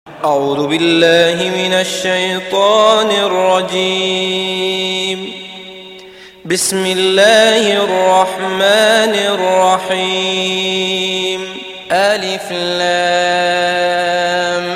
أعوذ بالله من الشيطان الرجيم. بسم الله الرحمن الرحيم. ألف لام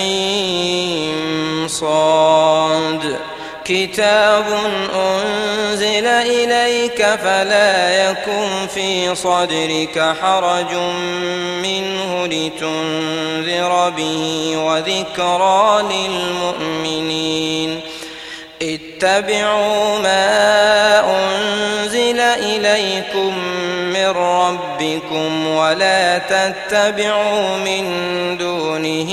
ميم صاد. كتاب أنزل إليك فلا يكن في صدرك حرج منه لتنذر به وذكرى للمؤمنين. اتبعوا ما أنزل إليكم من ربكم ولا تتبعوا من دونه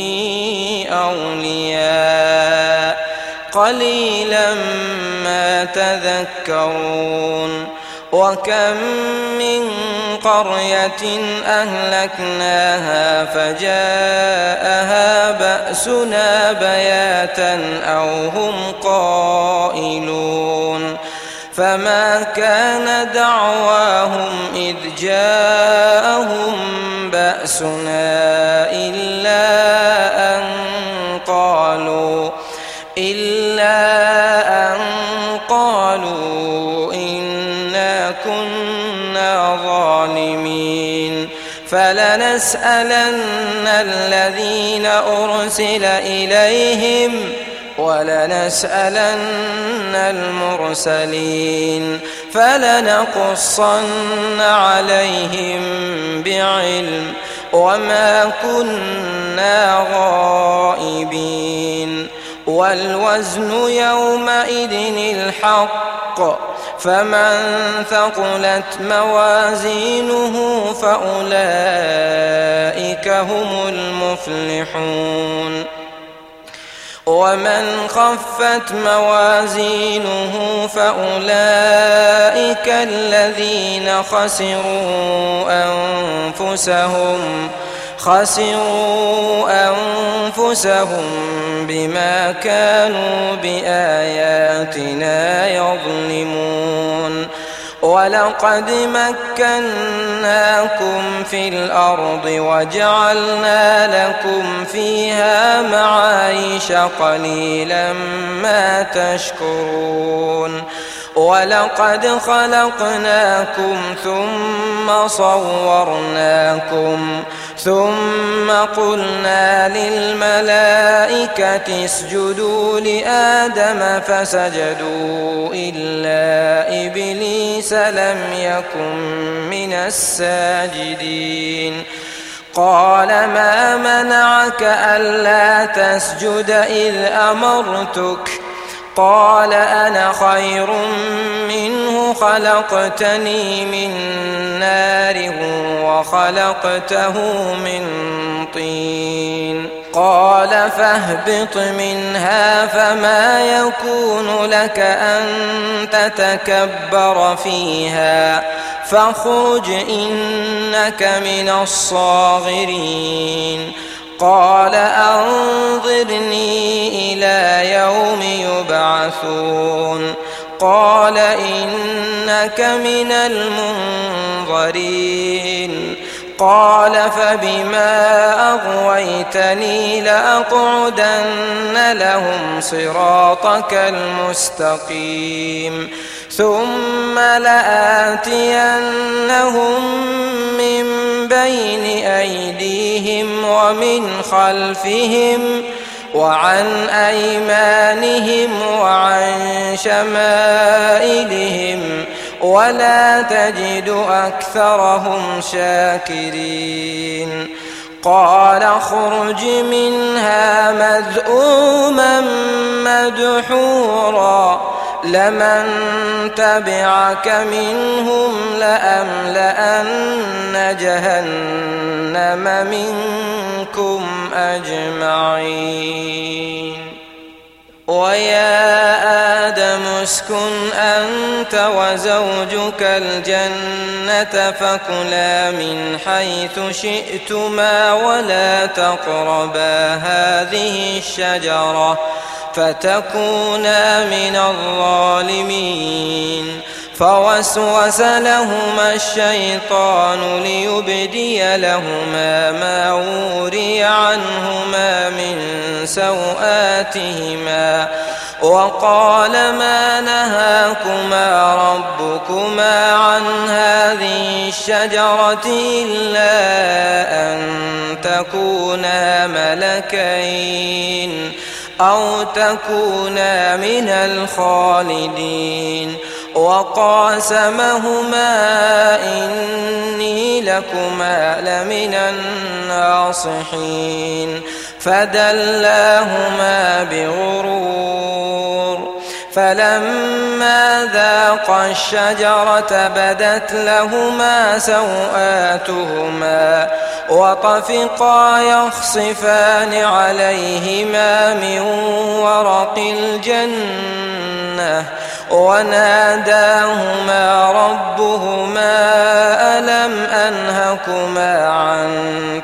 أولياء قليلا ما تذكرون. وكم من قرية أهلكناها فجاءها بأسنا بياتا أو هم قائلون. فما كان دعواهم إذ جاءهم بأسنا إلا أن قالوا إنا كنا ظالمين. فلنسألن الذين أرسل إليهم ولنسألن المرسلين. فلنقصن عليهم بعلم وما كنا غائبين. والوزن يومئذ الحق. فمن ثقلت موازينه فأولئك هم المفلحون. ومن خفت موازينه فأولئك الذين خسروا أنفسهم بما كانوا بآياتنا يظلمون. ولقد مكناكم في الأرض وجعلنا لكم فيها معايش قليلا ما تشكرون. ولقد خلقناكم ثم صورناكم ثم قلنا للملائكة اسجدوا لآدم فسجدوا إلا إبليس لم يكن من الساجدين. قال ما منعك ألا تسجد إذ أمرتك؟ قال أنا خير منه خلقتني من نار وخلقته من طين. قال فاهبط منها فما يكون لك أن تتكبر فيها فاخرج إنك من الصاغرين. قال أنظرني إلى يوم يبعثون. قال إنك من المنظرين. قال فبما أغويتني لأقعدن لهم صراطك المستقيم ثم لآتينهم من بين أيديهم ومن خلفهم وعن أيمانهم وعن شمائلهم ولا تجد أكثرهم شاكرين. قال اخرج منها مذءوما مدحورا لمن تبعك منهم لأملأن جهنم منكم أجمعين. ويا آدم اسكن أنت وزوجك الجنة فكلا من حيث شئتما ولا تقربا هذه الشجرة فتكونا من الظالمين. فوسوس لهما الشيطان ليبدي لهما ما وري عنهما من سوآتهما وقال ما نهاكما ربكما عن هذه الشجرة إلا أن تكونا ملكين أو تكونا من الخالدين وقاسمهما إني لكما لمن الناصحين فدلاهما بغرور فلما ذاقا الشجرة بدت لهما سوآتهما وطفقا يخصفان عليهما من ورق الجنة وناداهما ربهما ألم أنهكما عن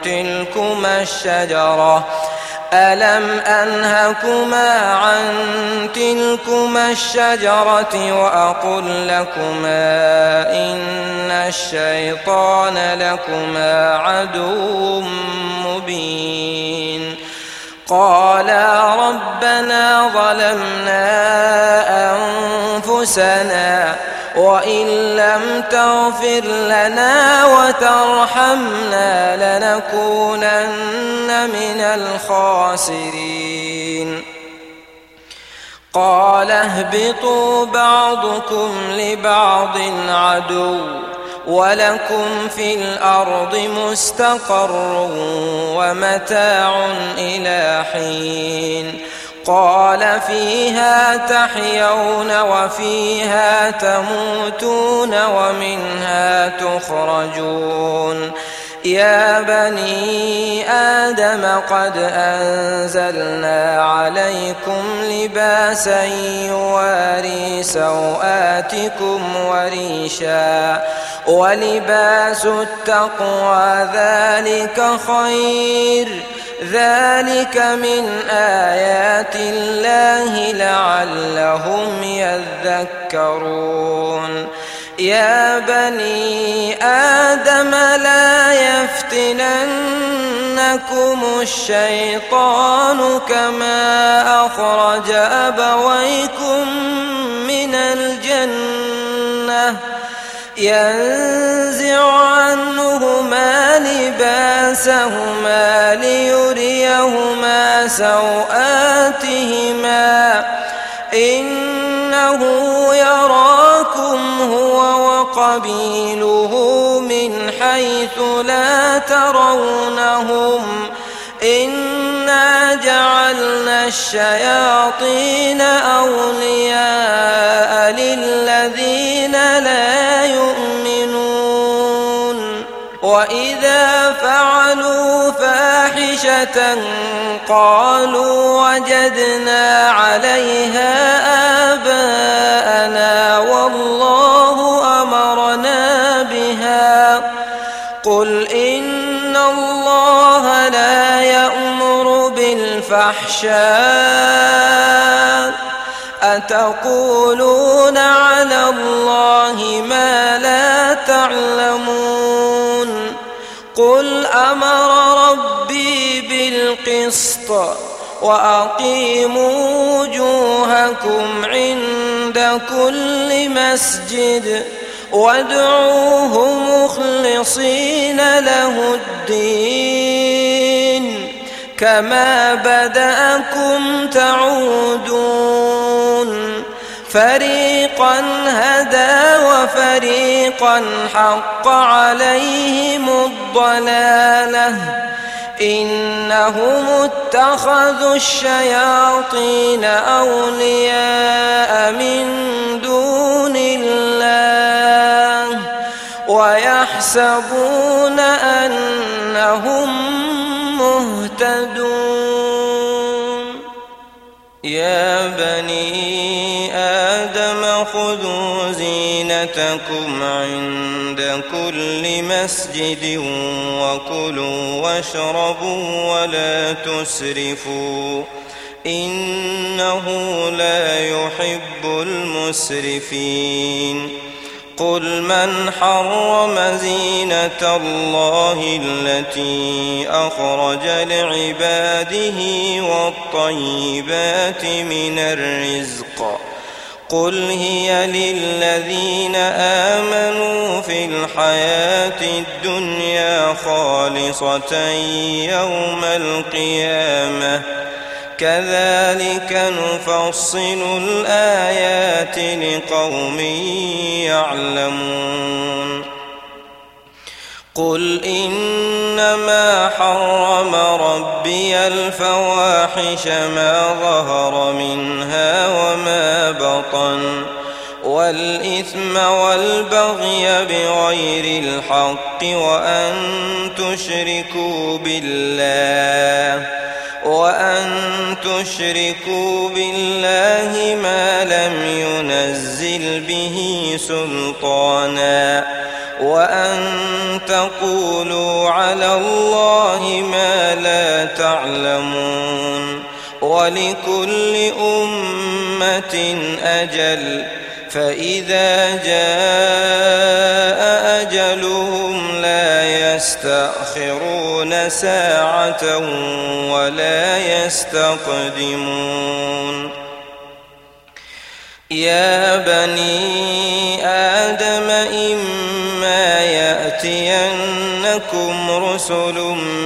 تلكما الشجرة وأقل لكما إن الشيطان لكما عدو مبين قالا ربنا ظلمنا أنفسنا وإن لم تغفر لنا وترحمنا لنكونن من الخاسرين قال اهبطوا بعضكم لبعض عدو ولكم في الأرض مستقر ومتاع إلى حين قال فيها تحيون وفيها تموتون ومنها تخرجون يا بني آدم قد أنزلنا عليكم لباسا يواري سوآتكم وريشا ولباس التقوى ذلك خير ذلك من آيات الله لعلهم يذكرون يا بني آدم لا يفتننكم الشيطان كما أخرج أبويكم من الجنة ينزع عنهما لباسهما ليريهما سوآتهما إنه يراكم هو وقبيله من حيث لا ترونهم إنا جعلنا الشياطين أولياء للذين لا يؤمنون وإذا فعلوا فاحشة قالوا وجدنا عليها آباءنا والله أمرنا بها قل إن الله لا يأمر بالفحشاء أتقولون على الله ما لا تعلمون قل أمر ربي بالقسط وأقيموا وجوهكم عند كل مسجد وادعوه مخلصين له الدين كما بدأكم تعودون فريقا هدى وفريقا حق عليهم الضلالة إنهم اتخذوا الشياطين أولياء من دون الله ويحسبون أنهم مهتدون يا بني آدم خذوا زينتكم عند كل مسجد وكلوا واشربوا ولا تسرفوا إنه لا يحب المسرفين قل من حرم زينة الله التي أخرج لعباده والطيبات من الرزق قل هي للذين آمنوا في الحياة الدنيا خالصة يوم القيامة كذلك نفصل الآيات لقوم يعلمون قل إنما حرم ربي الفواحش ما ظهر منها وما بطن والإثم والبغي بغير الحق وأن تشركوا بالله ما لم ينزل به سلطانا وأن تقولوا على الله ما لا تعلمون ولكل أمة أجل فإذا جاء أجلهم لا يستأخرون ساعة ولا يستقدمون يا بني آدم إما يأتينكم رسل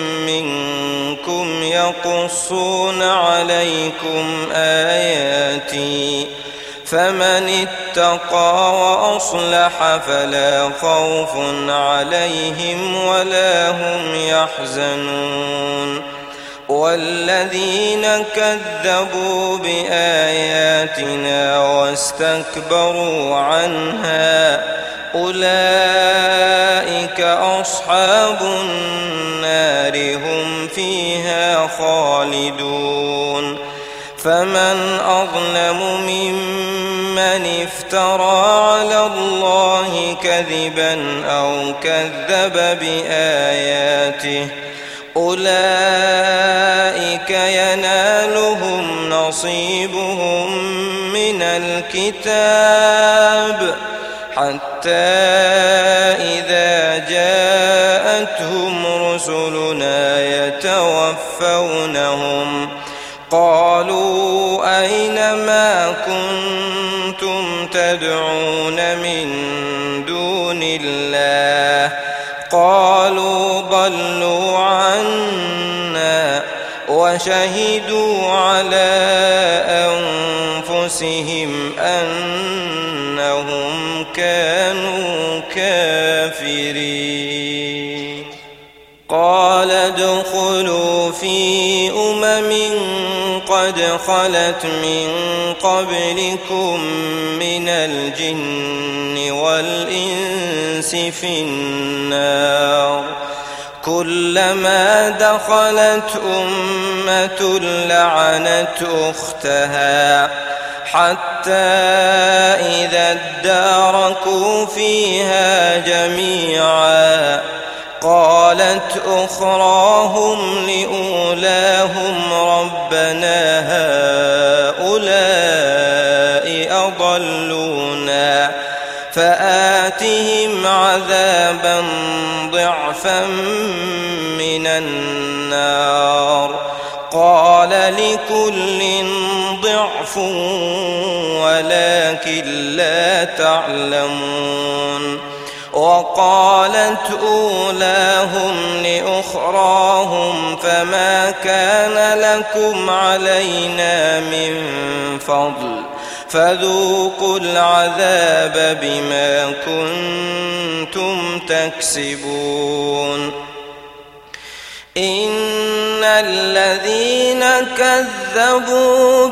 منكم يقصون عليكم آياتي فمن اتقى وأصلح فلا خوف عليهم ولا هم يحزنون والذين كذبوا بآياتنا واستكبروا عنها أولئك أصحاب النار هم فيها خالدون فمن أظلم ممن افترى على الله كذبا أو كذب بآياته أولئك ينالهم نصيبهم من الكتاب حتى إذا جاءتهم رسلنا يتوفونهم قالوا أين ما كنتم تدعون من دون الله قالوا ضلوا عنا وشهدوا على أنفسهم أنهم كانوا كافرين قال ادخلوا في قد خلت من قبلكم من الجن والإنس في النار كلما دخلت أمة لعنت أختها حتى إذا اداركوا فيها جميعا قالت أخراهم لأولاهم ربنا هؤلاء أضلونا فآتهم عذابا ضعفا من النار قال لكل ضعف ولكن لا تعلمون وقالت أولاهم لأخراهم فما كان لكم علينا من فضل فذوقوا العذاب بما كنتم تكسبون إن الذين كذبوا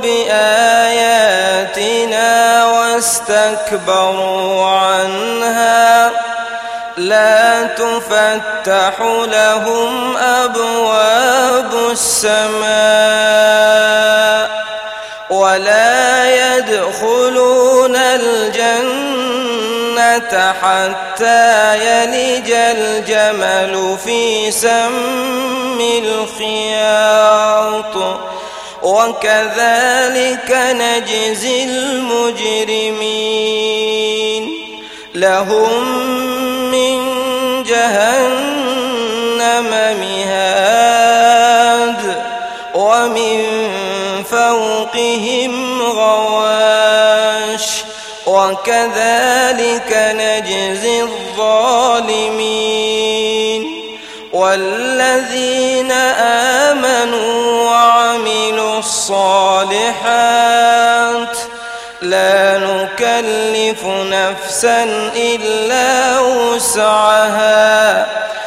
بآياتنا واستكبروا عنها لا تفتح لهم أبواب السماء ولا يدخلون الجنة حتى يلج الجمل في سم الخياط وكذلك نجزي المجرمين لهم من جهنم مهاد ومن فوقهم غواش وكذلك نجزي الظالمين والذين آمنوا وعملوا الصالحات لا نكلف نفسا إلا وسعها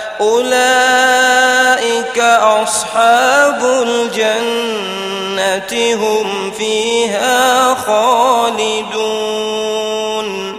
أولئك أصحاب الجنة هم فيها خالدون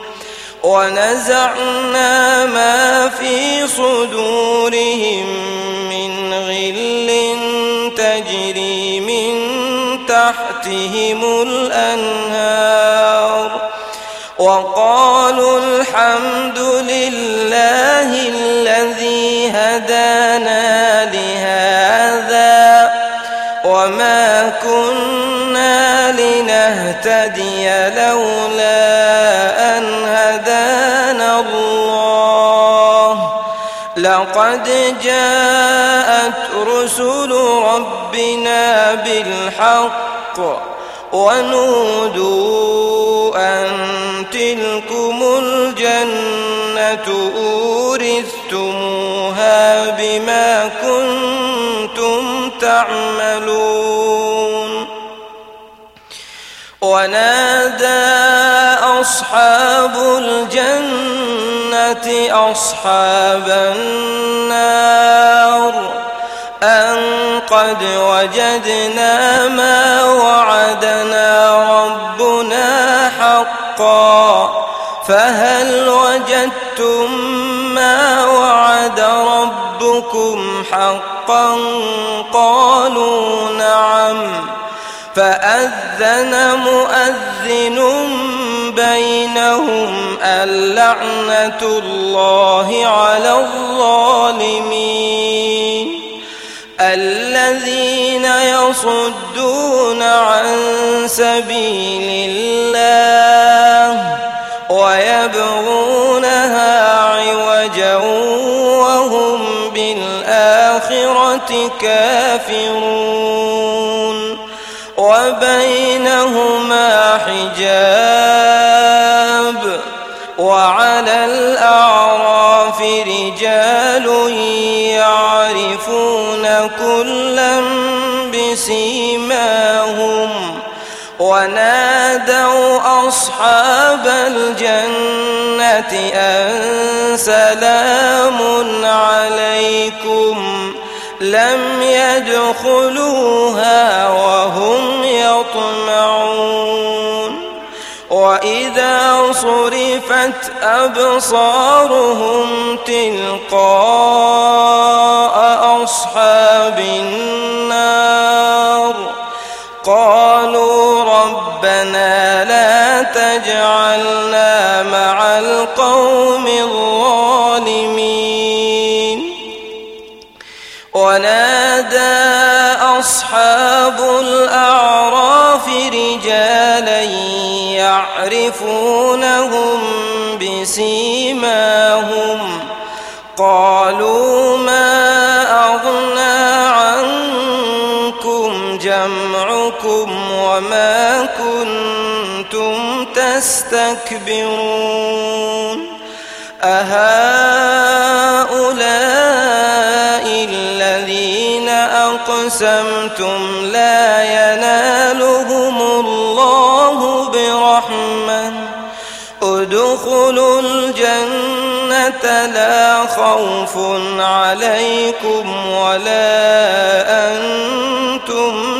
ونزعنا ما في صدورهم من غل تجري من تحتهم الأنهار وقالوا الحمد لله الذي هدانا لهذا وما كنا لنهتدي لولا أن هدانا الله لقد جاءت رسل ربنا بالحق ونودوا أن تلكم الجنة أورثتموها بما كنتم تعملون ونادى أصحاب الجنة أصحاب النار أن قد وجدنا ما وعدنا ربنا حقا فهل وجدتم ما وعد ربكم حقا قالوا نعم فأذن مؤذن بينهم اللعنة الله على الظالمين الذين يصدون عن سبيل الله ويبغونها عوجا وهم بالآخرة كافرون وبينهما حجاب وعلى الأعراف رجال يعرفون كلا بسيماهم ونادوا أصحاب الجنة أن سلام عليكم لم يدخلوها وهم يطمعون وإذا صرفت أبصارهم تلقاء أصحاب النار قالوا ربنا لا تجعلنا مع القوم الظالمين ونادى أصحاب الأعراف رجالا يعرفونهم بسيماهم قالوا ما أغنى عنكم جمعكم وما كنتم تستكبرون أهؤلاء الذين أقسمتم لا ينالهم الله برحمة ادخلوا الجنة لا خوف عليكم ولا أنتم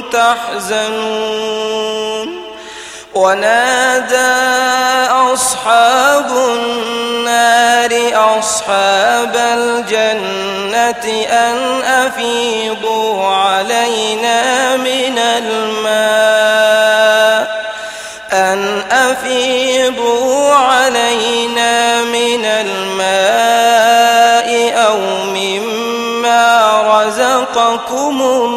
تحزنون ونادى أصحاب النار أصحاب الجنة أن أفيضوا علينا من الماء أو مما رزقكم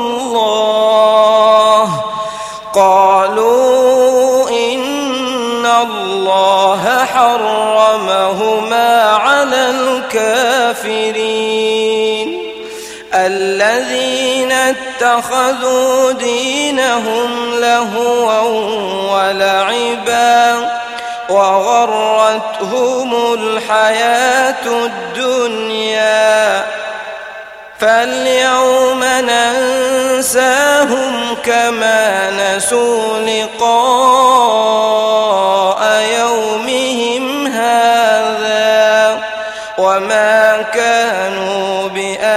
الله قالوا إن الله حرم حرمهما على الكافرين الذين اتخذوا دينهم لهوا ولعبا وغرتهم الحياة الدنيا فاليوم ننساهم كما نسوا لقاء يومهم هذا وما كانوا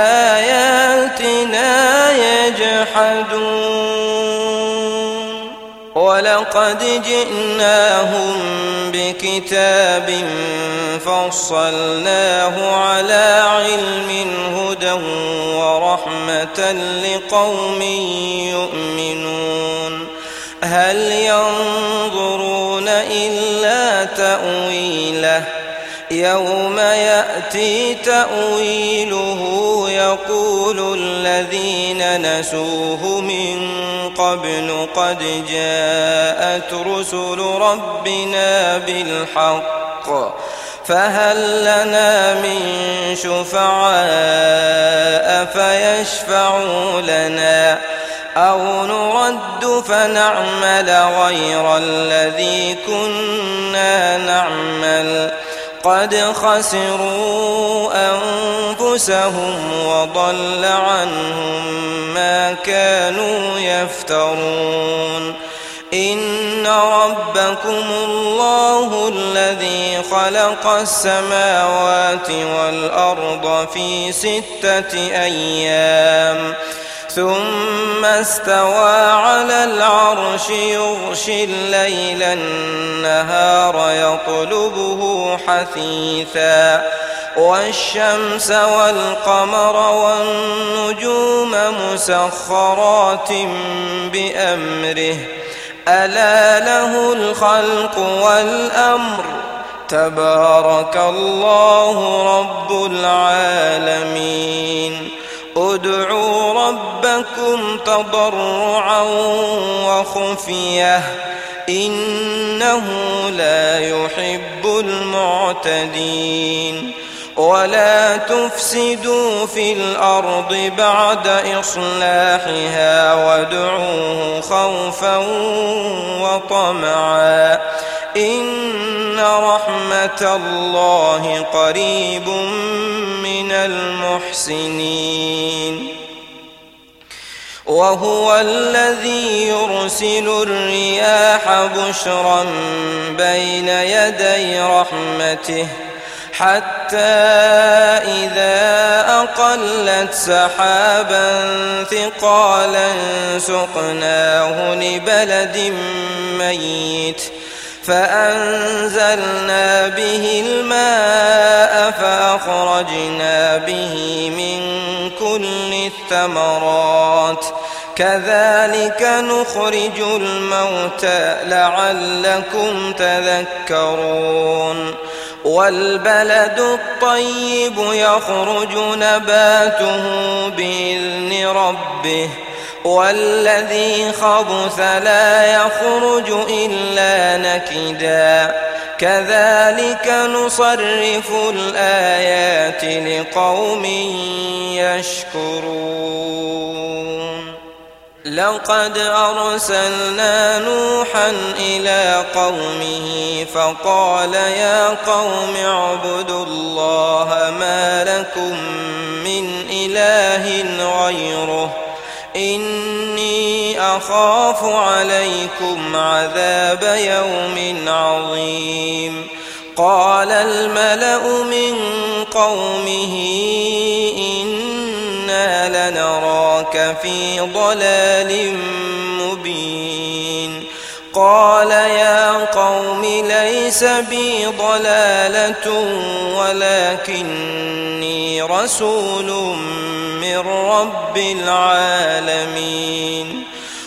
بآياتنا يجحدون ولقد جئناهم بكتاب فصلناه على علم هدى ورحمة لقوم يؤمنون هل ينظرون إلا تأويله يوم يأتي تأويله يقول الذين نسوه من قبل قد جاءت رسل ربنا بالحق فهل لنا من شفعاء فيشفعوا لنا أو نرد فنعمل غير الذي كنا نعمل قد خسروا أنفسهم وضل عنهم ما كانوا يفترون إن ربكم الله الذي خلق السماوات والأرض في 6 أيام ثم استوى على العرش يغشي الليل النهار يطلبه حثيثا والشمس والقمر والنجوم مسخرات بأمره ألا له الخلق والأمر تبارك الله رب العالمين ادعوا ربكم تضرعا وخفية إنه لا يحب المعتدين ولا تفسدوا في الأرض بعد إصلاحها وادعوه خوفا وطمعا إن رحمة الله قريب من المحسنين وهو الذي يرسل الرياح بشرا بين يدي رحمته حتى إذا أقلت سحابا ثقالا سقناه لبلد ميت فأنزلنا به الماء فأخرجنا به من كل الثمرات كذلك نخرج الموتى لعلكم تذكرون والبلد الطيب يخرج نباته بإذن ربه والذي خبث لا يخرج إلا نكدا كذلك نصرف الآيات لقوم يشكرون لقد أرسلنا نوحا إلى قومه فقال يا قوم اعبدوا الله ما لكم من إله غيره إني أخاف عليكم عذاب يوم عظيم قال الملأ من قومه إنا لنراك في ضلال مبين قال يا قوم ليس بي ضلالة ولكني رسول من رب العالمين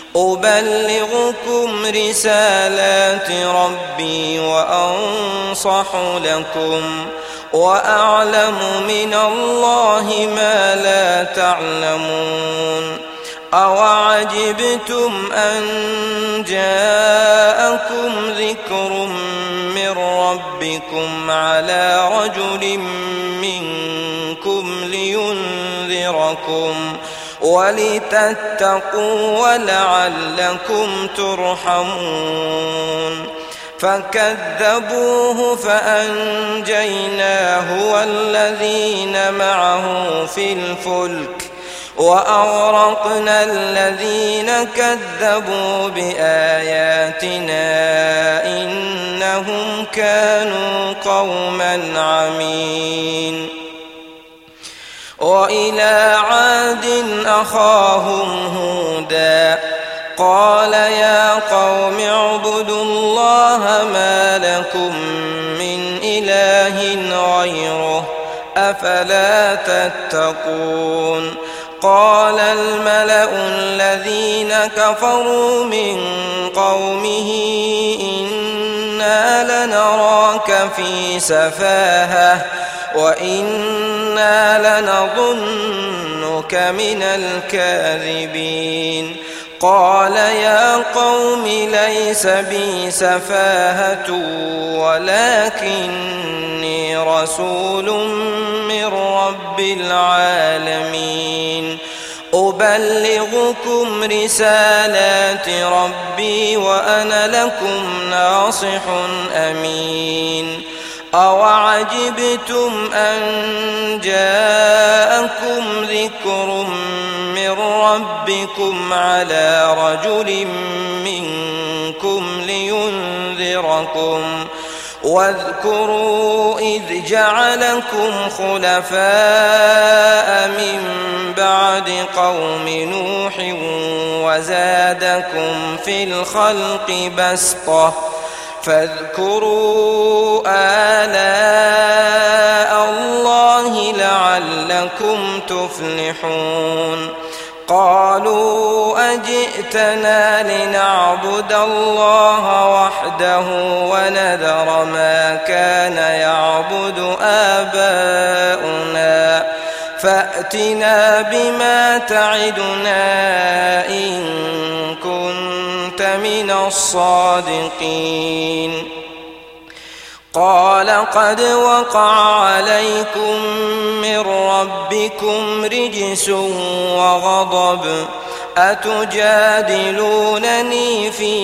أبلغكم رسالات ربي وأنصح لكم وأعلم من الله ما لا تعلمون أوعجبتم أن جاءكم ذكر من ربكم ربكم على رجل منكم لينذركم ولتتقوا ولعلكم ترحمون فكذبوه فأنجيناه والذين معه في الفلك وأغرقنا الذين كذبوا بآياتنا إنهم كانوا قوما عمين وإلى عاد أخاهم هودا قال يا قوم اعبدوا الله ما لكم من إله غيره أفلا تتقون قال الملأ الذين كفروا من قومه إنا لنراك في سفاهة وإنا لنظنك من الكاذبين قال يا قوم ليس بي سفاهة ولكني رسول من رب العالمين أبلغكم رسالات ربي وأنا لكم ناصح أمين أوعجبتم أن جاءكم ذكر من ربكم على رجل منكم لينذركم واذكروا إذ جعلكم خلفاء من بعد قوم نوح وزادكم في الخلق بسطة فاذكروا آلاء الله لعلكم تفلحون قالوا أجئتنا لنعبد الله وحده ونذر ما كان يعبد آباؤنا فأتنا بما تعدنا إن كنت من الصادقين قال قد وقع عليكم من ربكم رجس وغضب أتجادلونني في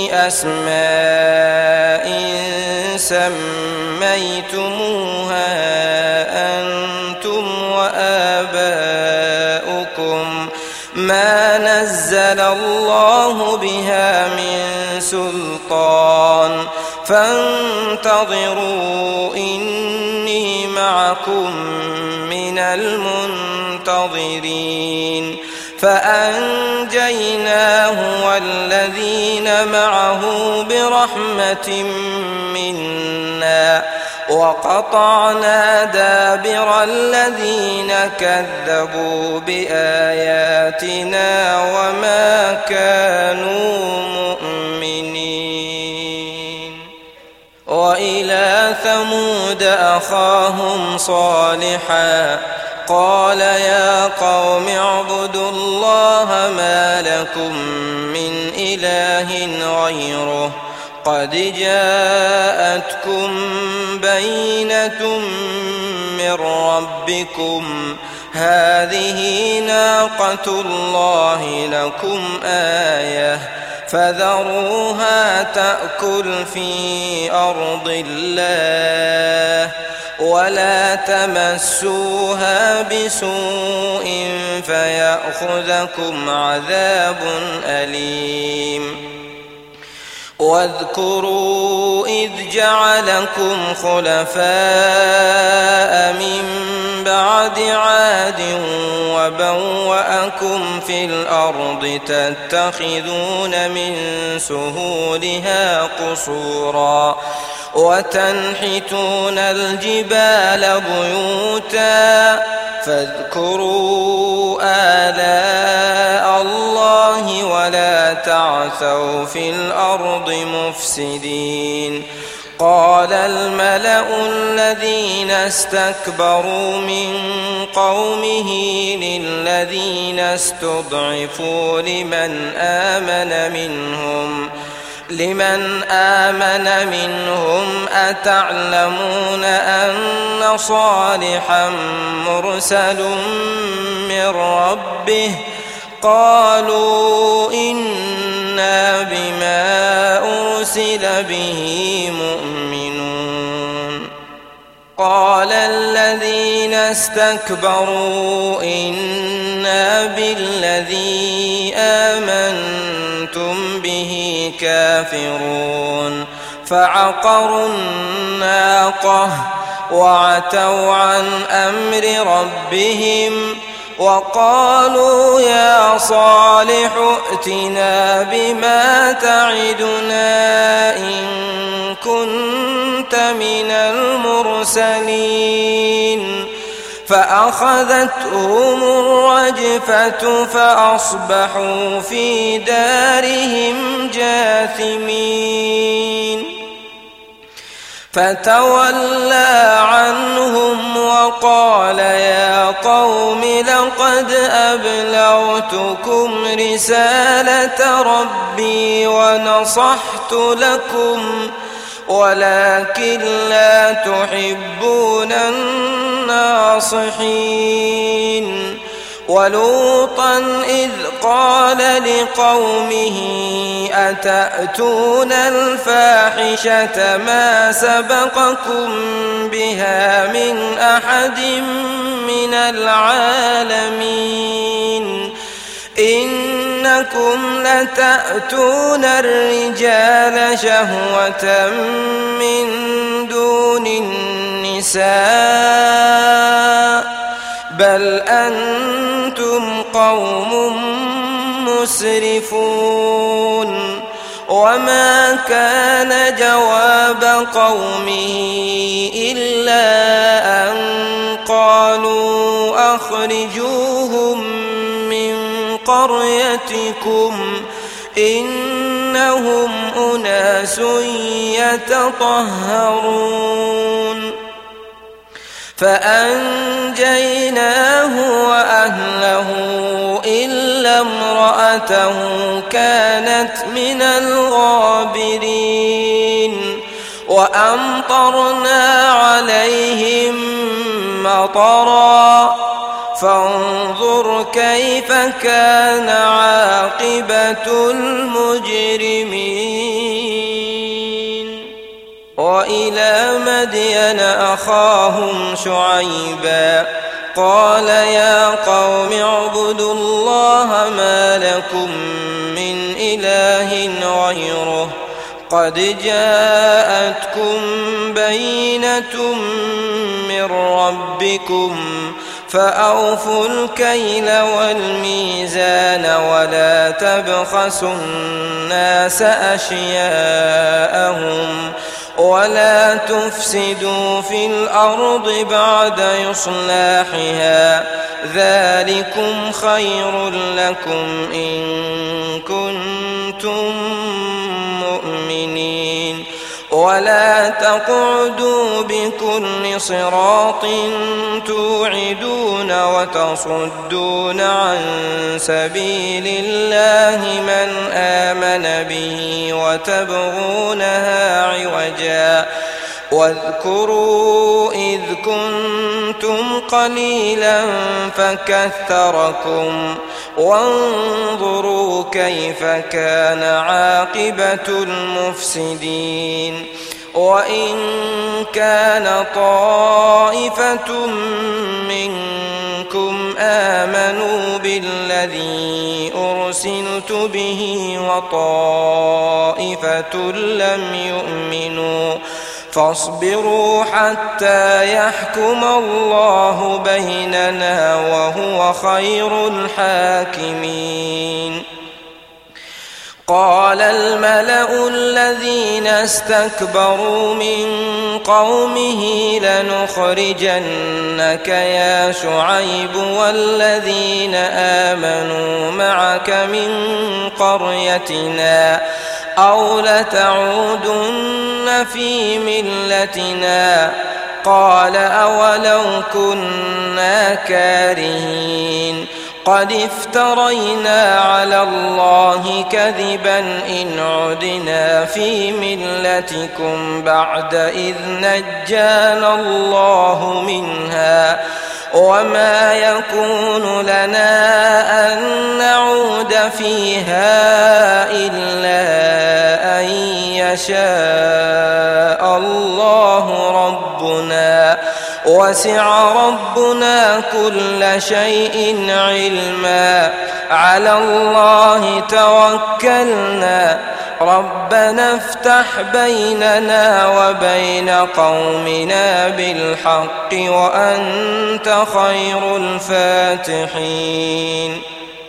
أسماء سميتموها أنتم وآباؤكم ما نزل الله بها من سلطان فانتظروا إني معكم من المنتظرين فأنجيناه والذين معه برحمة منا وقطعنا دابر الذين كذبوا بآياتنا وما كانوا مؤمنين وإلى ثمود أخاهم صالحا قال يا قوم اعبدوا الله ما لكم من إله غيره قد جاءتكم بينة من ربكم هذه ناقة الله لكم آية فذروها تأكل في أرض الله ولا تمسوها بسوء فيأخذكم عذاب أليم واذكروا إذ جعلكم خلفاء من بعد عاد وبوأكم في الأرض تتخذون من سهولها قصورا وتنحتون الجبال بيوتا فاذكروا آلاء الله ولا تعثوا في الأرض مفسدين قال الملأ الذين استكبروا من قومه للذين استضعفوا لمن آمن منهم لمن آمن منهم أتعلمون أن صالحا مرسل من ربه قالوا إنا بما أرسل به مؤمنون قال الذين استكبروا إنا بالذي آمنتم به كافرون فعقروا الناقة وعتوا عن أمر ربهم وقالوا يا صالح ائتنا بما تعدنا إن كنت من المرسلين فأخذتهم الرجفة فأصبحوا في دارهم جاثمين فتولى عنهم وقال يا قوم لقد أبلغتكم رسالة ربي ونصحت لكم ولكن لا تحبون الناصحين ولوطا إذ قال لقومه أتأتون الفاحشة ما سبقكم بها من أحد من العالمين إنكم لتأتون الرجال شهوة من دون النساء بل أنتم قوم مسرفون وما كان جواب قومه إلا أن قالوا أخرجوهم من قريتكم إنهم أناس يتطهرون فأنجيناه وأهله إلا امرأته كانت من الغابرين وأمطرنا عليهم مطرا فانظر كيف كان عاقبة المجرمين وإلى مدين أخاهم شعيبا قال يا قوم اعبدوا الله ما لكم من إله غيره قد جاءتكم بينة من ربكم فأوفوا الكيل والميزان ولا تبخسوا الناس أشياءهم ولا تفسدوا في الأرض بعد إصلاحها ذلكم خير لكم إن كنتم مؤمنين ولا تقعدوا بكل صراط توعدون وتصدون عن سبيل الله من آمن به وتبغونها عوجا واذكروا إذ كنتم قليلا فكثركم وانظروا كيف كان عاقبة المفسدين وإن كان طائفة منكم آمنوا بالذي أرسلت به وطائفة لم يؤمنوا فاصبروا حتى يحكم الله بيننا وهو خير الحاكمين قال الملأ الذين استكبروا من قومه لنخرجنك يا شعيب والذين آمنوا معك من قريتنا أو لتعودن في ملتنا قال أولو كنا كارهين قد افترينا على الله كذبا إن عدنا في ملتكم بعد إذ نجانا الله منها وما يكون لنا أن نعود فيها إلا أن يشاء الله ربنا وسع ربنا كل شيء علما على الله توكلنا ربنا افتح بيننا وبين قومنا بالحق وأنت خير الفاتحين.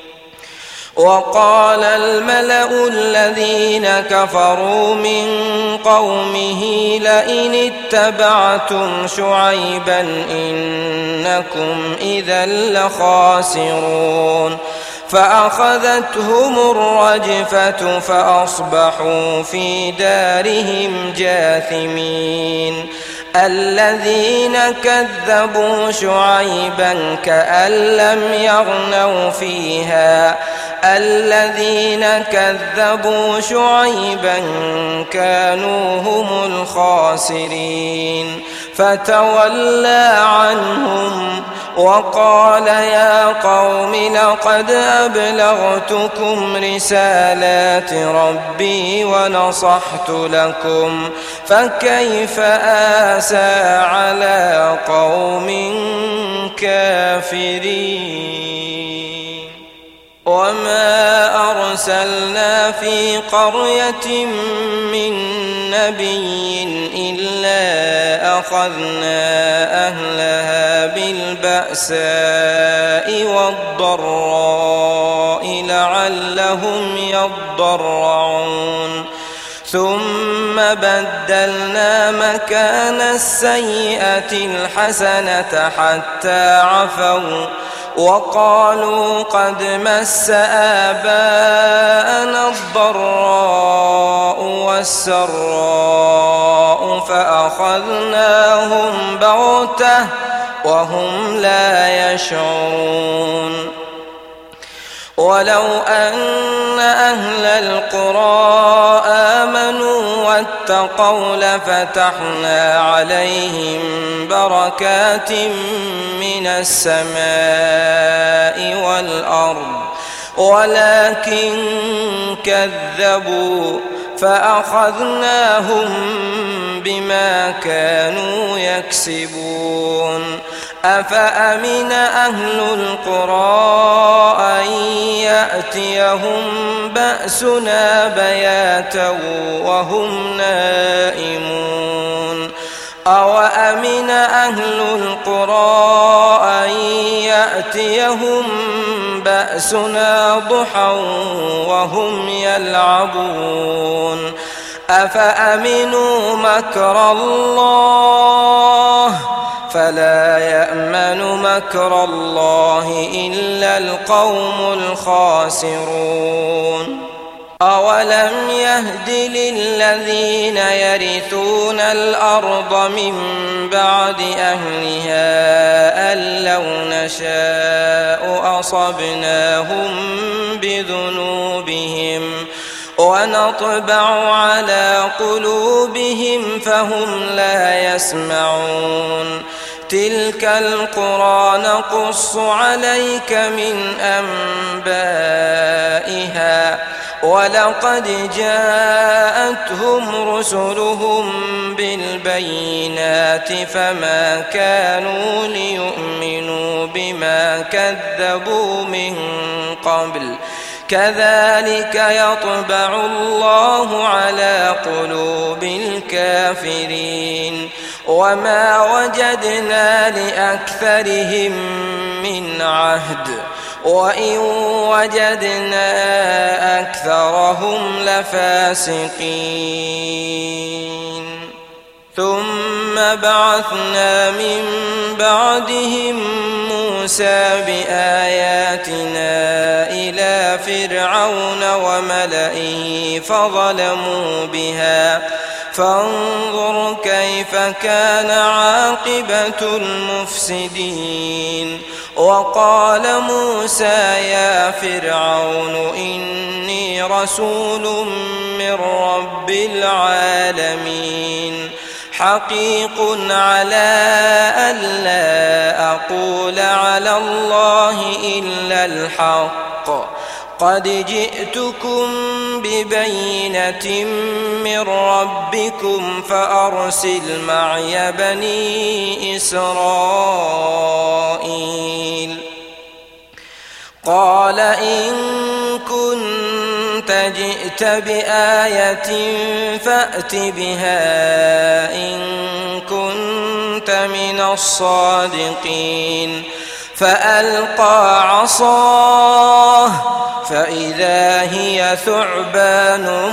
وقال الملأ الذين كفروا من قومه لئن اتبعتم شعيبا إنكم إذا لخاسرون فأخذتهم الرجفة فأصبحوا في دارهم جاثمين. الذين كذبوا شعيبا كأن لم يغنوا فيها الذين كذبوا شعيبا كانوا هم الخاسرين فتولى عنهم وقال يا قوم لقد أبلغتكم رسالات ربي ونصحت لكم فكيف آسى على قوم كافرين. وما أرسلنا في قرية من نبي إلا أخذنا أهلها بالبأساء والضراء لعلهم يضرعون ثم بدلنا مكان السيئة الحسنة حتى عفوا وقالوا قد مس آباءنا الضراء والسراء فأخذناهم بغتة وهم لا يشعرون. ولو أن أهل القرى آمنوا واتقوا لفتحنا عليهم بركات من السماء والأرض ولكن كذبوا فأخذناهم بما كانوا يكسبون. أفأمن أهل القرى أن يأتيهم بأسنا بياتا وهم نائمون أوأمن أهل القرى أن يأتيهم بأسنا ضحى وهم يلعبون أفأمنوا مكر الله فلا يأمن مكر الله إلا القوم الخاسرون. أولم يهد للذين يرثون الأرض من بعد أهلها أن لو نشاء أصبناهم بذنوبهم ونطبع على قلوبهم فهم لا يسمعون. تلك القرى نقص عليك من أنبائها ولقد جاءتهم رسلهم بالبينات فما كانوا ليؤمنوا بما كذبوا من قبل كذلك يطبع الله على قلوب الكافرين. وما وجدنا لأكثرهم من عهد وإن وجدنا أكثرهم لفاسقين. ثم بعثنا من بعدهم موسى بآياتنا إلى فرعون وملئه فظلموا بها فانظر كيف كان عاقبة المفسدين. وقال موسى يا فرعون إني رسول من رب العالمين حقيق على ألا أقول على الله إلا الحق قد جئتكم ببينة من ربكم فأرسل معي بني إسرائيل قال إن كنت جئت بآية فأت بها إن كنت من الصادقين فألقى عصاه فإذا هي ثعبان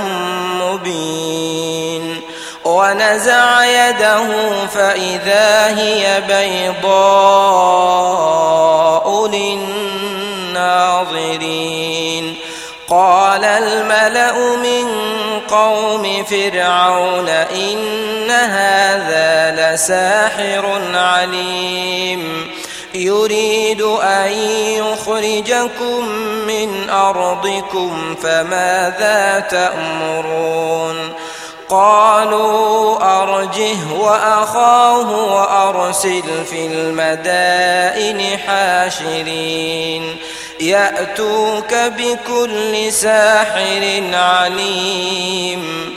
مبين ونزع يده فإذا هي بيضاء للناظرين قال الملأ من قوم فرعون إن هذا لساحر عليم يريد أن يخرجكم من أرضكم فماذا تأمرون قالوا أرجه وأخاه وأرسل في المدائن حاشرين يأتوك بكل ساحر عليم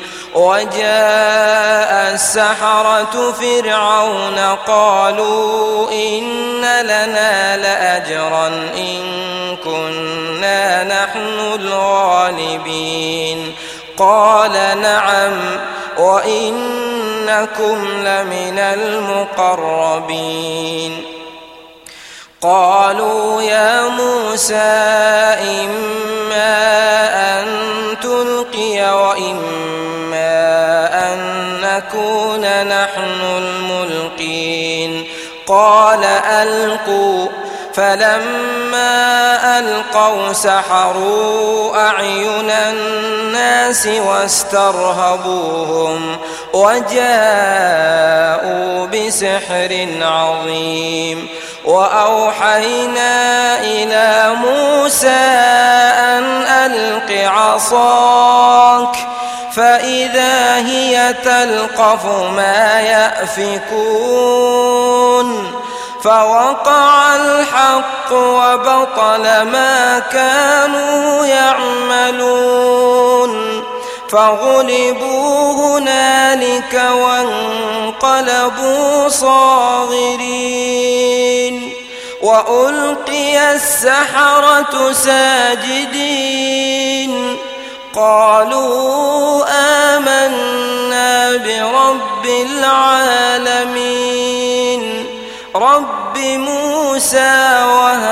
وجاء السحرة فرعون قالوا إن لنا لأجرا إن كنا نحن الغالبين قال نعم وإنكم لمن المقربين قالوا يا موسى إما أن تلقي وإما أن نكون نحن الملقين قال ألقوا فلما ألقوا سحروا أعين الناس واسترهبوهم وجاءوا بسحر عظيم وأوحينا إلى موسى أن ألق عصاك فإذا هي تلقف ما يأفكون فوقع الحق وبطل ما كانوا يعملون فغلبوا هنالك وانقلبوا صاغرين وألقي السحرة ساجدين قالوا آمنا برب العالمين رب موسى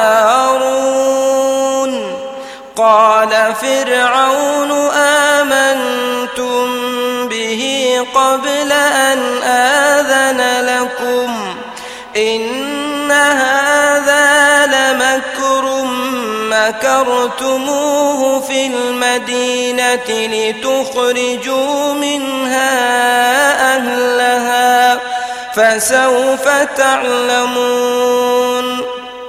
وهارون قال فرعون آمنتم به قبل أن آذن لكم إن هذا لمكر مكرتموه في المدينة لتخرجوا منها أهلها فسوف تعلمون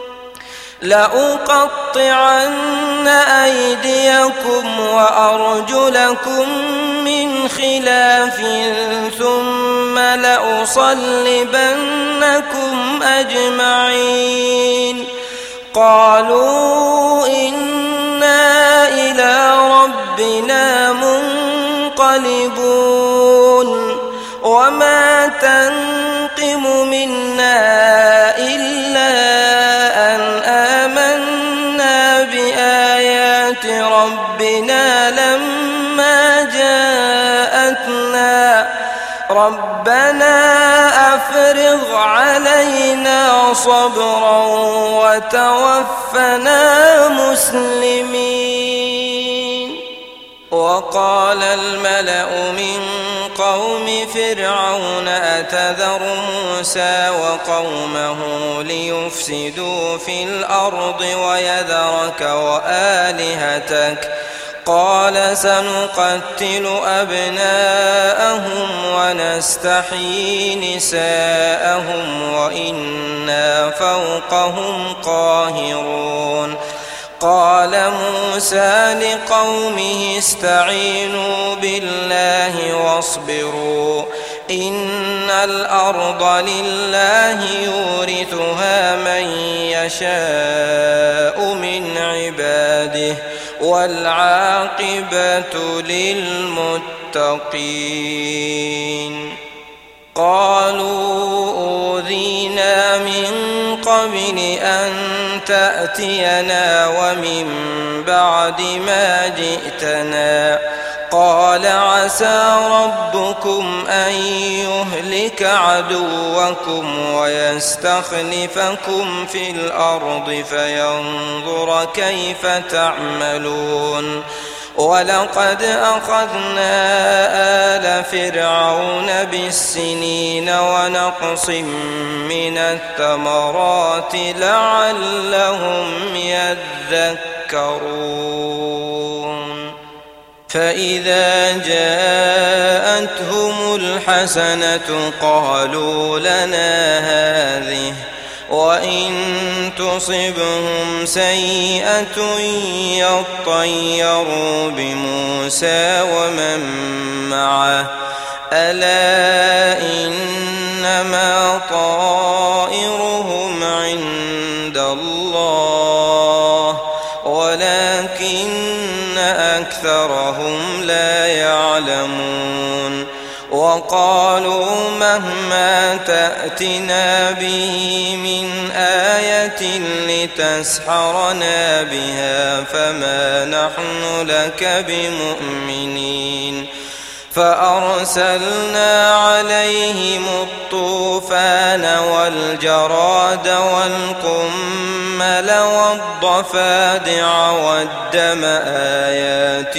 لأقطعن أيديكم وأرجلكم من خلاف ثم لأصلبنكم أجمعين قالوا إنا إلى ربنا منقلبون وما تنقم منا إلا أن آمنا بآيات ربنا لما جاءتنا ربنا أفرغ علينا صبرا وتوفنا مسلمين وقال الملأ من قوم فرعون أتذر موسى وقومه ليفسدوا في الأرض ويذرك وآلهتك قال سنقتل أبناءهم ونستحيي ونستحيي نساءهم وإنا فوقهم قاهرون. قال موسى لقومه استعينوا بالله واصبروا إن الأرض لله يورثها من يشاء من عباده والعاقبة للمتقين. قالوا أوذينا من قبل أن تأتينا ومن بعد ما جئتنا. قال عسى ربكم أن يهلك عدوكم ويستخلفكم في الأرض فينظر كيف تعملون. ولقد أخذنا آل فرعون بالسنين ونقص من الثمرات لعلهم يذكرون. فإذا جاءتهم الحسنة قالوا لنا هذه وإن تصبهم سيئة يطيروا بموسى ومن معه ألا إنما طائرهم عند الله ولكن أكثرهم لا يعلمون. وقالوا مهما تأتنا به من آية لتسحرنا بها فما نحن لك بمؤمنين. فأرسلنا عليهم الطوفان والجراد والقمل والضفادع والدم آيات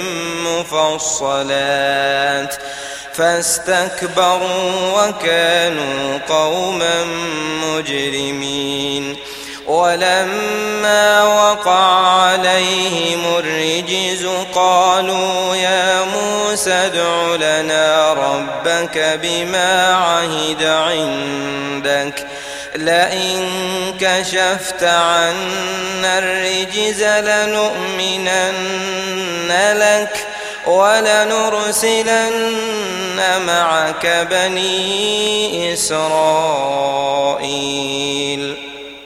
مفصلات فاستكبروا وكانوا قوما مجرمين. ولما وقع عليهم الرجز قالوا يا موسى ادع لنا ربك بما عهد عندك لئن كشفت عنا الرجز لنؤمنن لك ولنرسلن معك بني إسرائيل.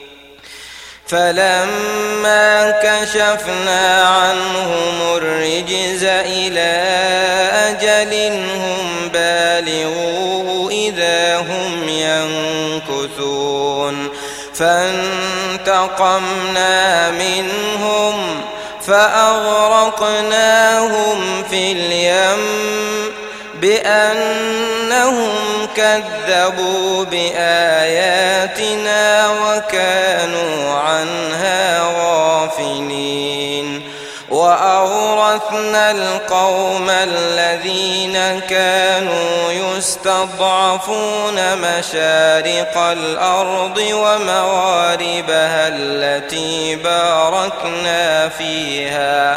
فلما كشفنا عنهم الرجز إلى أجل هم بالغوه إذا هم ينكثون. فانتقمنا منهم فأغرقناهم في اليم بأنهم كذبوا بآياتنا وكانوا عنها غافلين. وأورثنا القوم الذين كانوا يستضعفون مشارق الأرض ومغاربها التي باركنا فيها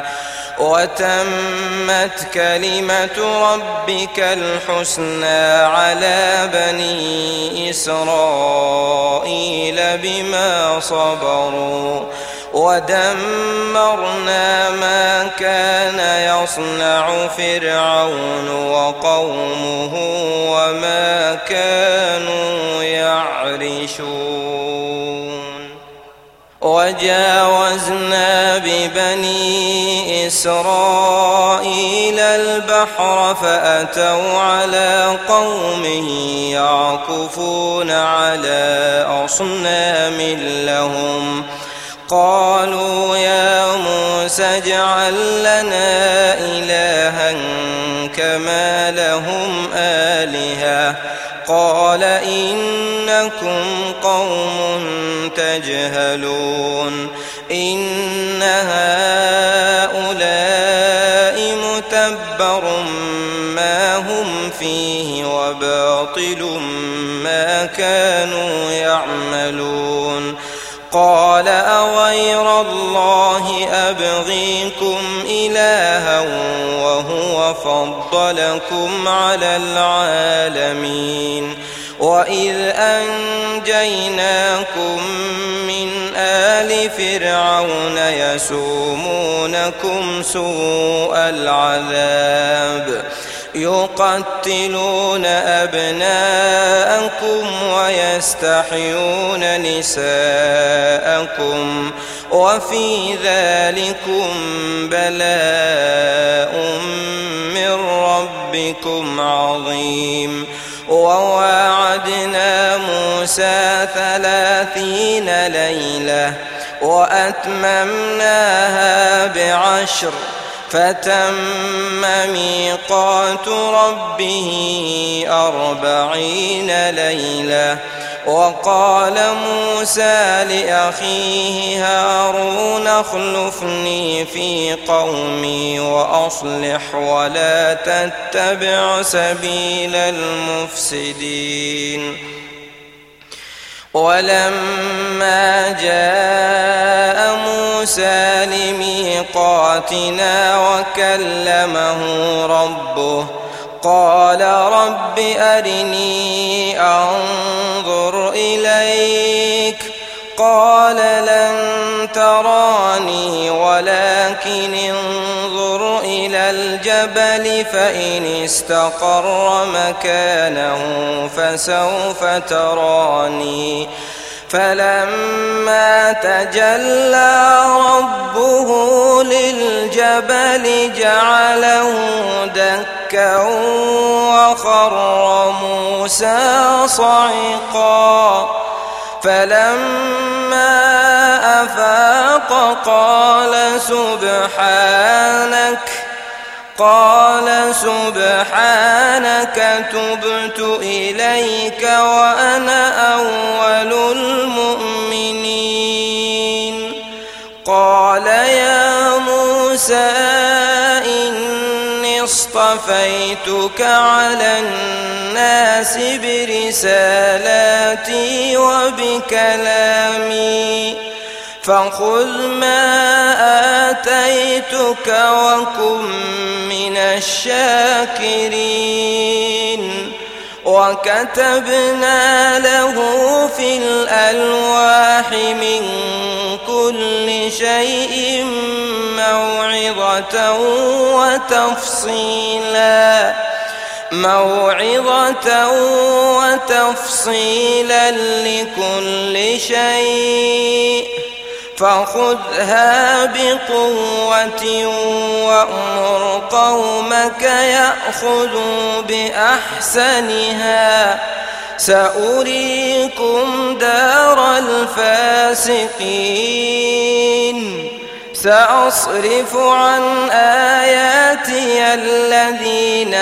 وتمت كلمة ربك الحسنى على بني إسرائيل بما صبروا ودمرنا ما كان يصنع فرعون وقومه وما كانوا يعرشون. وجاوزنا ببني إسرائيل البحر فأتوا على قوم يعكفون على أصنام لهم قالوا يا موسى اجعل لنا إلها كما لهم آلهة قال إنكم قوم تجهلون. إن هؤلاء متبر ما هم فيه وباطل ما كانوا يعملون. قال أغير الله أبغيكم إلها وهو فضلكم على العالمين وإذ أنجيناكم من آل فرعون يسومونكم سوء العذاب يقتلون أبناءكم ويستحيون نساءكم وفي ذلكم بلاء من ربكم عظيم وواعدنا موسى 30 ليلة وأتممناها ب10 فتم ميقات ربه 40 ليلة وقال موسى لأخيه هارون اخلفني في قومي وأصلح ولا تتبع سبيل المفسدين ولما جاء موسى لميقاتنا وكلمه ربه قال رب أرني أنظر إليك قال لن تراني ولكن انظر إلى الجبل فإن استقر مكانه فسوف تراني فلما تجلى ربه للجبل جعله دكا وخر موسى صعقا فلما أفاق قال سبحانك تبت إليك وأنا أول المؤمنين قال يا موسى إني اصطفيتك على الناس برسالاتي وبكلامي فخذ ما آتيتك وكن من الشاكرين وكتبنا له في الألواح من كل شيء موعظة وتفصيلا لكل شيء فخذها بقوة وأمر قومك يأخذوا بأحسنها سأريكم دار الفاسقين سأصرف عن آياتي الذين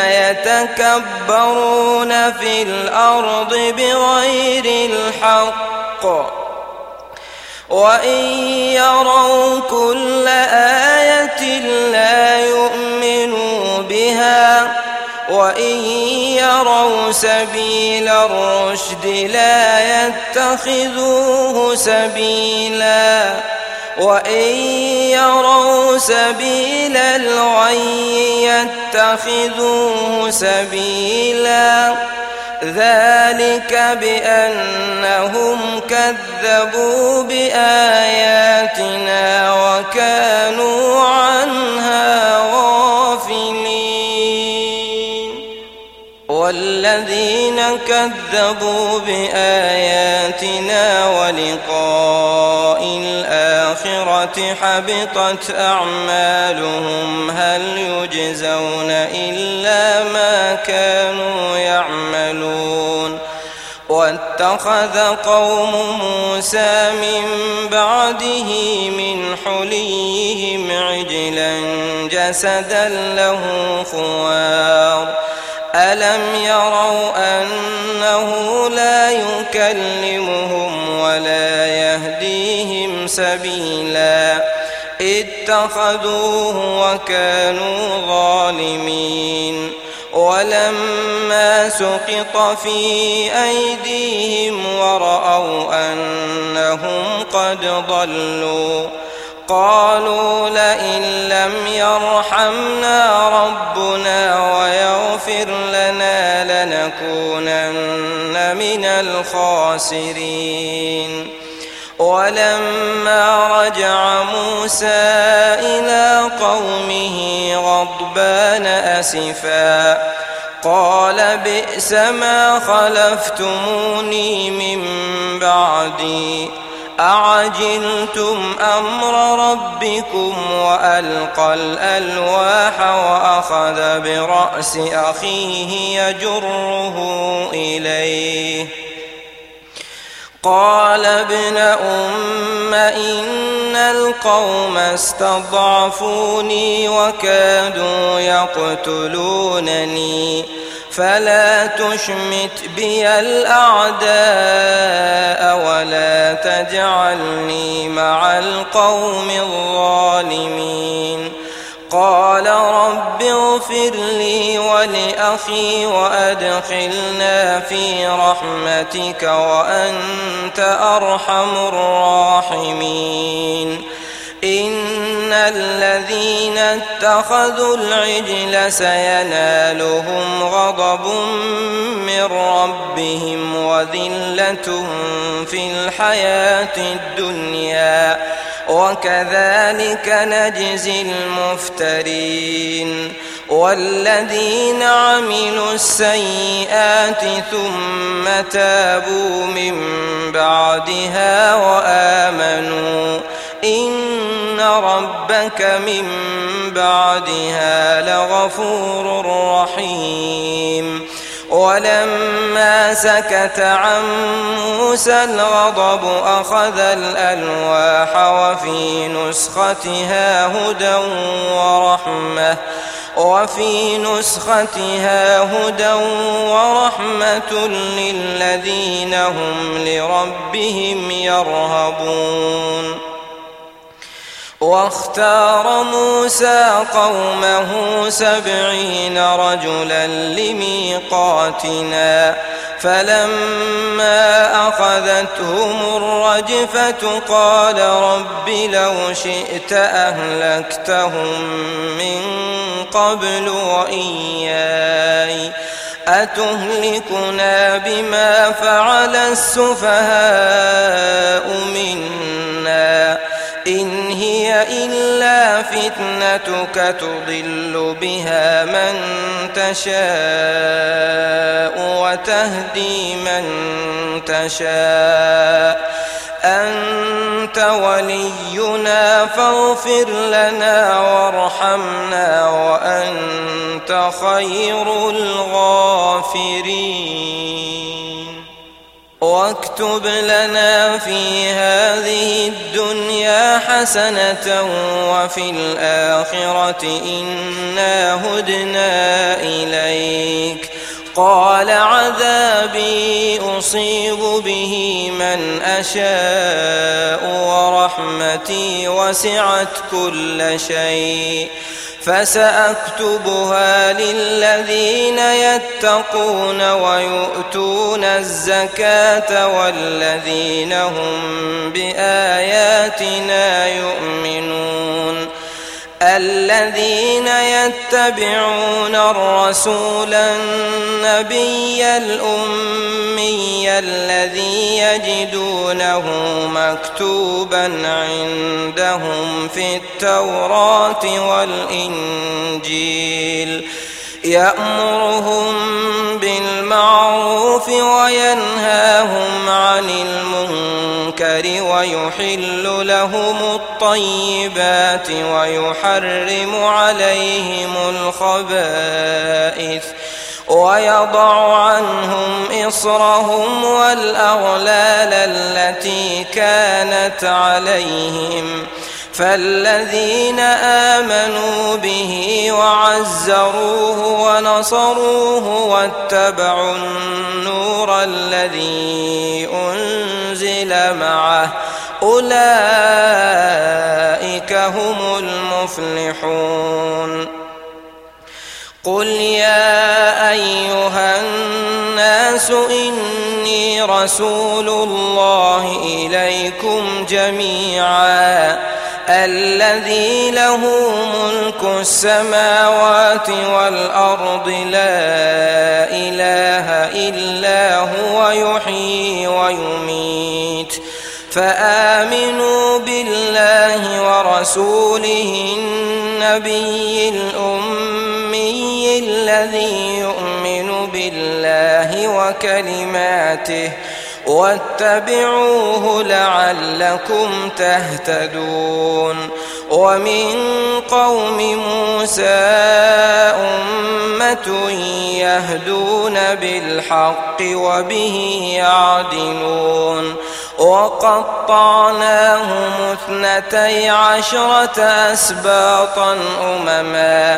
يتكبرون في الأرض بغير الحق وإن يروا كل آية لا يؤمنوا بها وإن يروا سبيل الرشد لا يتخذوه سبيلا وإن يروا سبيل الغي يتخذوه سبيلا ذلك بأنهم كذبوا بآياتنا وكانوا عنها غافلين والذين كذبوا بآياتنا ولقاء الآخرة حبطت أعمالهم هل يجزون إلا ما كانوا يعملون واتخذ قوم موسى من بعده من حليهم عجلا جسدا له خوار ألم يروا أنه لا يكلمهم ولا يهديهم سبيلا اتخذوه وكانوا ظالمين ولما سقط في أيديهم ورأوا أنهم قد ضلوا قالوا لئن لم يرحمنا ربنا ويغفر لنا لنكونن من الخاسرين. ولما رجع موسى إلى قومه غضبان أسفا قال بئس ما خلفتموني من بعدي أعجلتم أمر ربكم وألقى الألواح وأخذ برأس أخيه يجره إليه قال ابن أم إن القوم استضعفوني وكادوا يقتلونني فلا تشمت بي الأعداء ولا تجعلني مع القوم الظالمين. قال رب اغفر لي ولأخي وأدخلنا في رحمتك وأنت أرحم الراحمين. إن الذين اتخذوا العجل سينالهم غضب من ربهم وذلة في الحياة الدنيا وكذلك نجزي المفترين. والذين عملوا السيئات ثم تابوا من بعدها وآمنوا إن ربك من بعدها لغفور رحيم. ولما سكت عن موسى الغضب أخذ الألواح وفي نسختها هدى ورحمة للذين هم لربهم يرهبون. واختار موسى قومه 70 رجلا لميقاتنا فلما أخذتهم الرجفة قال رب لو شئت أهلكتهم من قبل وإياي أتهلكنا بما فعل السفهاء منا إن هي إلا فتنتك تضل بها من تشاء وتهدي من تشاء أنت ولينا فاغفر لنا وارحمنا وأنت خير الغافرين. واكتب لنا في هذه الدنيا حسنة وفي الآخرة إنا هدنا إليك. قال عذابي أصيب به من أشاء ورحمتي وسعت كل شيء فسأكتبها للذين يتقون ويؤتون الزكاة والذين هم بآياتنا يؤمنون. الذين يتبعون الرسول النبي الأمي الذي يجدونه مكتوبا عندهم في التوراة والإنجيل يأمرهم بالمعروف وينهاهم عن المنكر ويحل لهم الطيبات ويحرم عليهم الخبائث ويضع عنهم إصرهم والأغلال التي كانت عليهم. فالذين آمنوا به وعزروه ونصروه واتبعوا النور الذي أنزل معه أولئك هم المفلحون. قل يا إني رسول الله إليكم جميعا الذي له ملك السماوات والأرض لا إله إلا هو يحيي ويميت فآمنوا بالله ورسوله النبي الأمي الذي يؤمن بالله وكلماته واتبعوه لعلكم تهتدون ومن قوم موسى أمة يهدون بالحق وبه يعدلون وقطعناهم 12 أسباطا أمما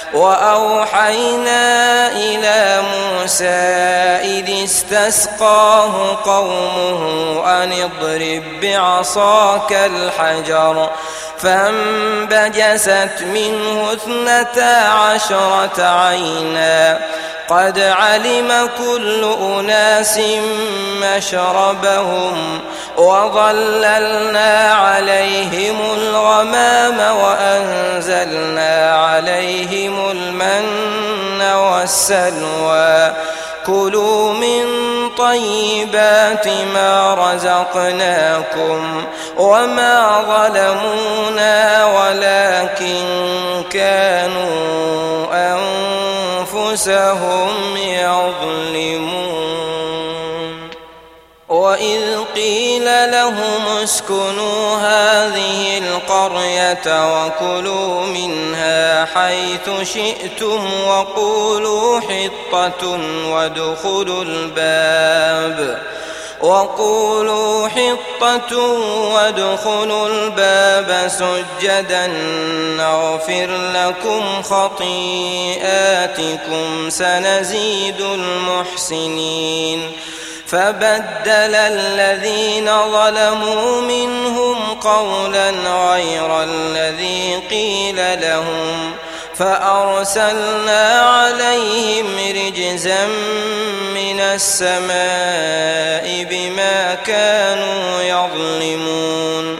وأوحينا إلى موسى إذ استسقاه قومه أن اضرب بعصاك الحجر فانبجست منه 12 عينا قد علم كل أناس مشربهم وظللنا عليهم الغمام وأنزلنا عليهم المن والسلوى كلوا من طيبات ما رزقناكم وما ظلمونا ولكن كانوا أنفسهم يظلمون وإذ قيل لهم اسكنوا هذه القرية وكلوا منها حيث شئتم وقولوا حطة وادخلوا الباب سجدا نغفر لكم خطيئاتكم سنزيد المحسنين فبدل الذين ظلموا منهم قولا غير الذي قيل لهم فأرسلنا عليهم رجزا من السماء بما كانوا يظلمون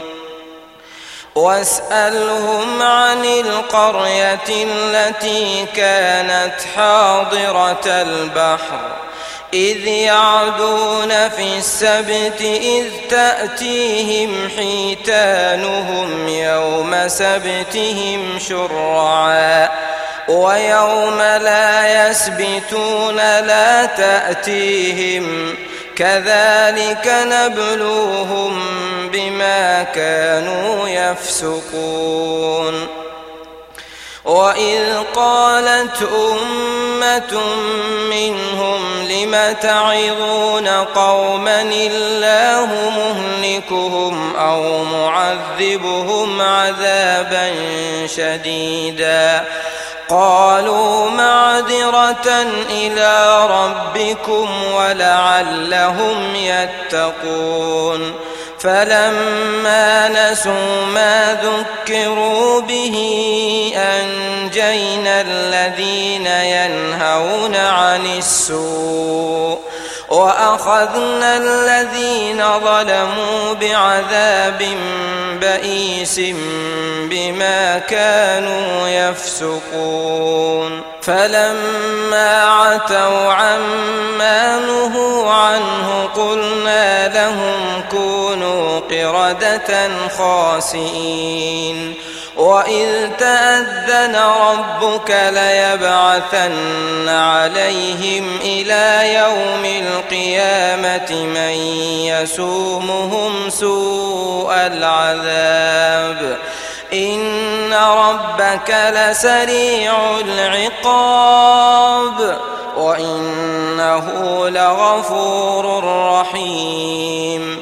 واسألهم عن القرية التي كانت حاضرة البحر إذ يعدون في السبت إذ تأتيهم حيتانهم يوم سبتهم شرعا ويوم لا يسبتون لا تأتيهم كذلك نبلوهم بما كانوا يفسقون وإذ قالت أمة منهم لم تعظون قوما الله مهلكهم أو معذبهم عذابا شديدا قالوا معذرة إلى ربكم ولعلهم يتقون فلما نسوا ما ذكروا به أنجينا الذين ينهون عن السوء وأخذنا الذين ظلموا بعذاب بئيس بما كانوا يفسقون فلما عتوا عما نهوا عنه قلنا لهم كونوا قردة خاسئين وإذ تأذن ربك ليبعثن عليهم إلى يوم القيامة من يسومهم سوء العذاب إن ربك لسريع العقاب وإنه لغفور رحيم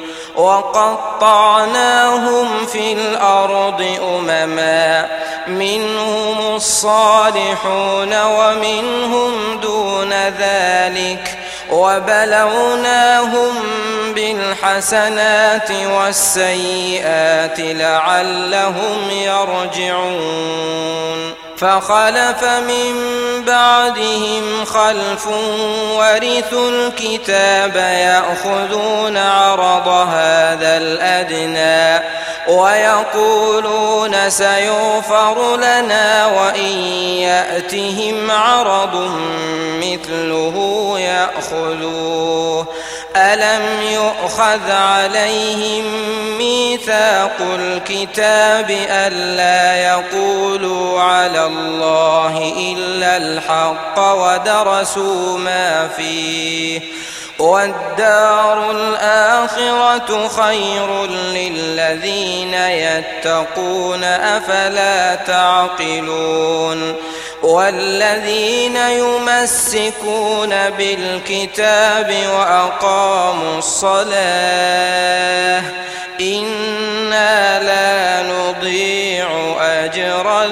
وقطعناهم في الأرض أمما منهم الصالحون ومنهم دون ذلك وبلوناهم بالحسنات والسيئات لعلهم يرجعون فخلف من بعدهم خلف ورثوا الكتاب يأخذون عرض هذا الأدنى ويقولون سيغفر لنا وإن يأتهم عرض مثله يأخذوه ألم يؤخذ عليهم ميثاق الكتاب ألا يقولوا على الله إلا الحق ودرسوا ما فيه والدار الآخرة خير للذين يتقون أفلا تعقلون والذين يمسكون بالكتاب وأقاموا الصلاة إنا لا نضيع أجر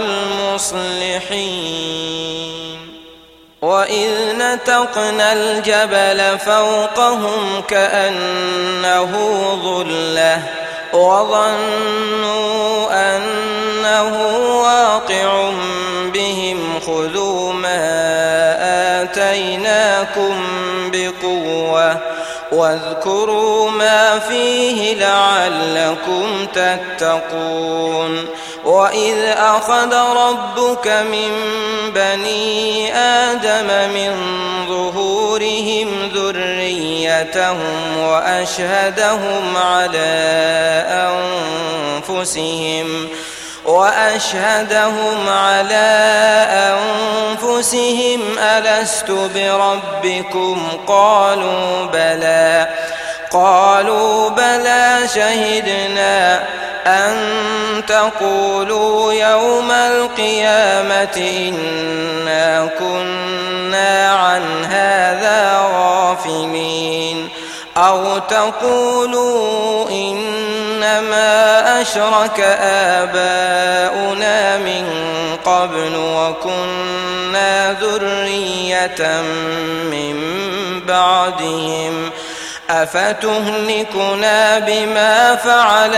المصلحين وإذ نتقنا الجبل فوقهم كأنه ظلة وظنوا أنه واقع بهم خذوا ما آتيناكم بقوة واذكروا ما فيه لعلكم تتقون وإذ أخذ ربك من بني آدم من ظهورهم ذريتهم وأشهدهم على أنفسهم ألست بربكم قالوا بلى شهدنا أن تقولوا يوم القيامة إنا كنا عن هذا غافلين أو تقولوا إنما أشرك آباؤنا من قبل وكنا ذرية من بعدهم أفتهلكنا بما فعل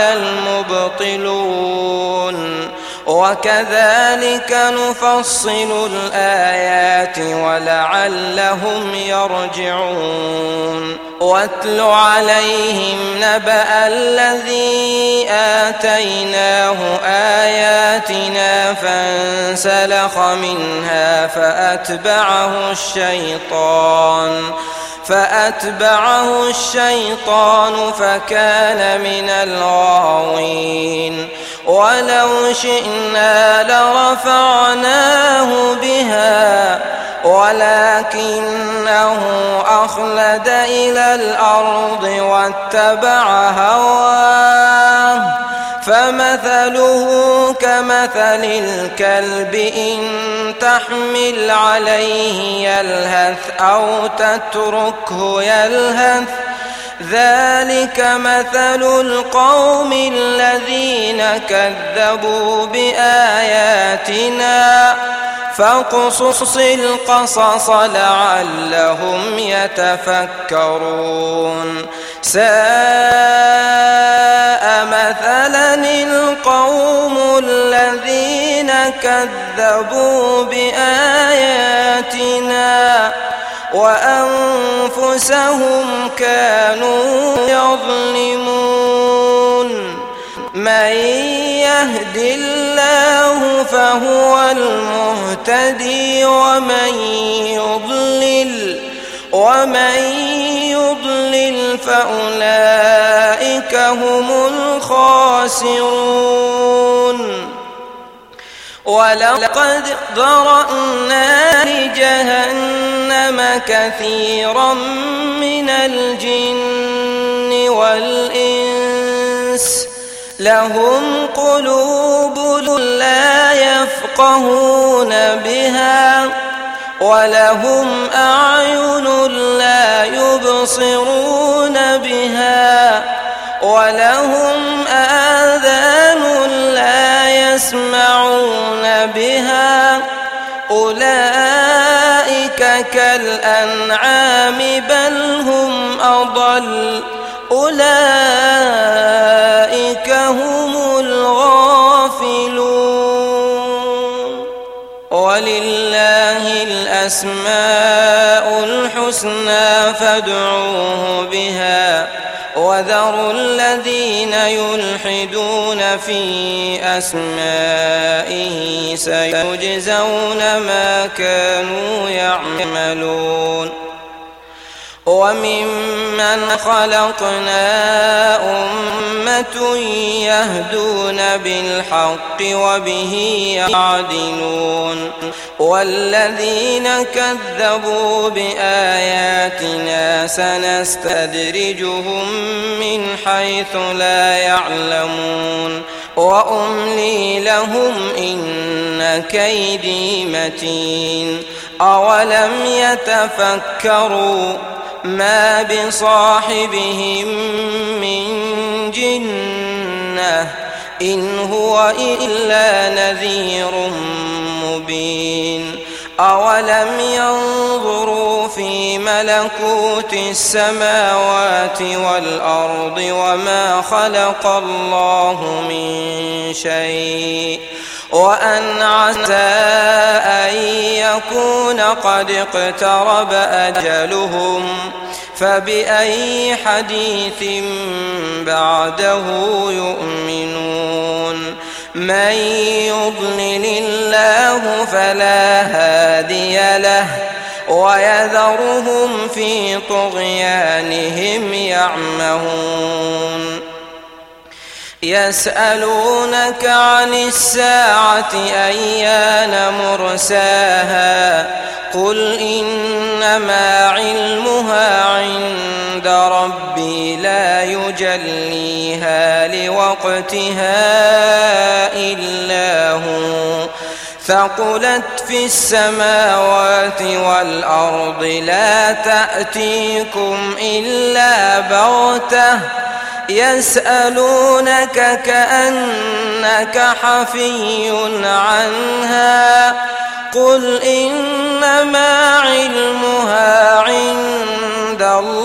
المبطلون وكذلك نفصل الآيات ولعلهم يرجعون واتل عليهم نبأ الذي آتيناه آياتنا فانسلخ منها فأتبعه الشيطان فكان من الغاوين ولو شئنا لرفعناه بها ولكنه أخلد إلى الأرض واتبع هواه فمثله كمثل الكلب إن تحمل عليه يلهث أو تتركه يلهث ذلك مثل القوم الذين كذبوا بآياتنا فاقصص القصص لعلهم يتفكرون ساء مثلا القوم الذين كذبوا بآياتنا وأنفسهم كانوا يظلمون من يهد الله فهو المهتدي ومن يضلل فأولئك هم الخاسرون ولقد ذرأنا لجهنم كثيرا من الجن والإنس لهم قلوب لا يفقهون بها ولهم أعين لا يبصرون بها ولهم آذان لا يسمعون بها أولئك كالأنعام بل هم أضل أولئك هم الغافلون الأسماء الحسنى فادعوه بها وذروا الذين يلحدون في أسمائه سيجزون ما كانوا يعملون وممن خلقنا أمة يهدون بالحق وبه يعدلون والذين كذبوا بآياتنا سنستدرجهم من حيث لا يعلمون وأملي لهم إن كيدي متين أولم يتفكروا ما بصاحبهم من جنة إن هو إلا نذير مبين أولم ينظروا في ملكوت السماوات والأرض وما خلق الله من شيء وأن عسى أن يكون قد اقترب أجلهم فبأي حديث بعده يؤمنون من يضلل الله فلا هادي له ويذرهم في طغيانهم يعمهون يسألونك عن الساعة أيان مرساها قل إنما علمها عند ربي لا يجليها لوقتها إلا هو ثقلت في السماوات والأرض لا تأتيكم إلا بغتة يسألونك كأنك حفي عنها قل إنما علمها عند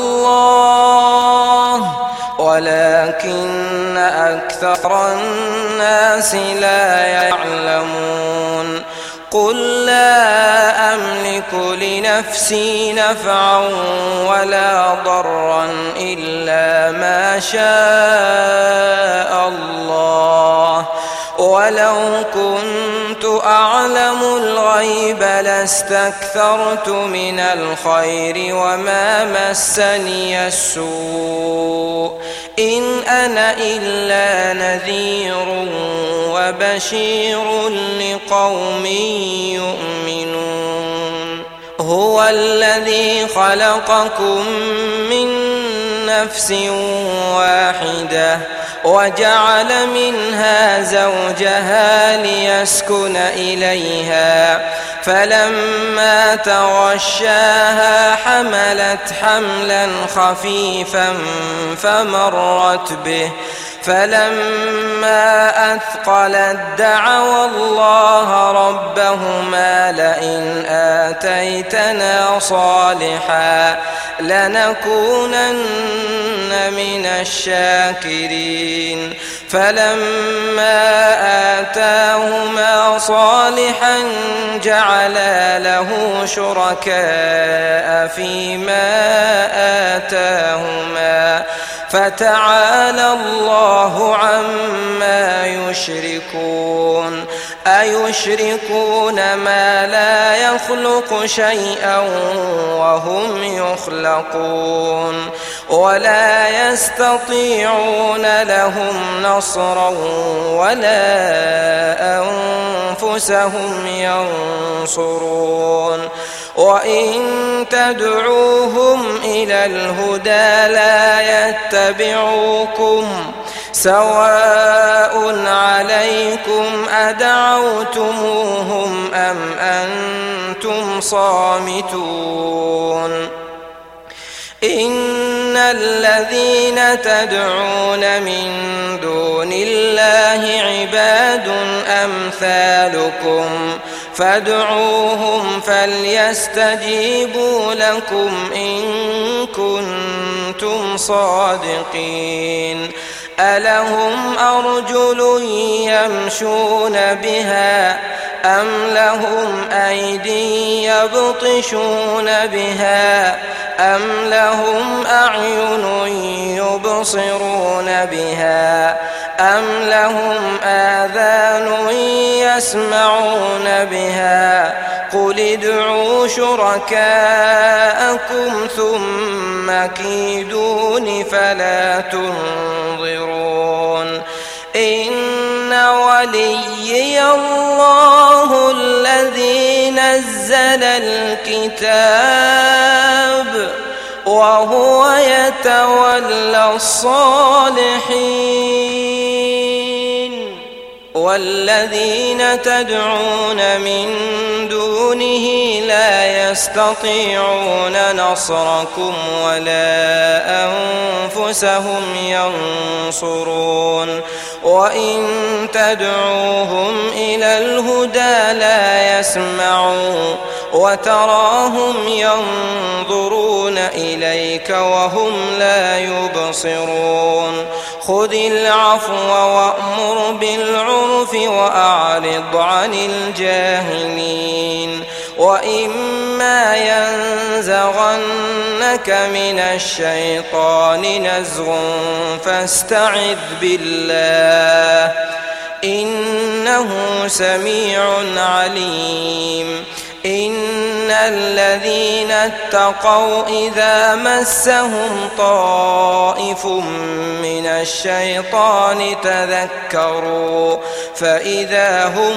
الله ولكن أكثر الناس لا يعلمون قل لا أملك لنفسي نفعا ولا ضرا إلا ما شاء الله ولو كنت أعلم الغيب لاستكثرت من الخير وما مسني السوء إن أنا إلا نذير وبشير لقوم يؤمنون هو الذي خلقكم من نفس واحدة وجعل منها زوجها ليسكن إليها فلما تغشاها حملت حملا خفيفا فمرت به فلما أثقلت دعوا الله ربهما لئن آتيتنا صالحا لنكونن من الشاكرين فلما آتاهما صالحا جعلا له شركاء فيما آتاهما فتعالى الله عما يشركون أيشركون ما لا يخلق شيئا وهم يخلقون ولا يستطيعون لهم نصرا ولا أنفسهم ينصرون وإن تدعوهم إلى الهدى لا يتبعوكم سواء عليكم أدعوتموهم أم أنتم صامتون إن الذين تدعون من دون الله عباد أمثالكم فادعوهم فليستجيبوا لكم إن كنتم صادقين ألهم أرجل يمشون بها أم لهم أيدي يبطشون بها أم لهم أعين يبصرون بها أم لهم آذان يسمعون بها قل ادعوا شركاءكم ثم كيدون فلا تنظرون إن وليي الله الذي نزل الكتاب وهو يتولى الصالحين والذين تدعون من دونه لا يستطيعون نصركم ولا أنفسهم ينصرون وإن تدعوهم إلى الهدى لا يسمعون وتراهم ينظرون إليك وهم لا يبصرون خذ العفو وأمر بالعرف وأعرض عن الجاهلين وإما ينزغنك من الشيطان نزغ فاستعذ بالله إنه سميع عليم إن الذين اتقوا إذا مسهم طائف من الشيطان تذكروا فإذا هم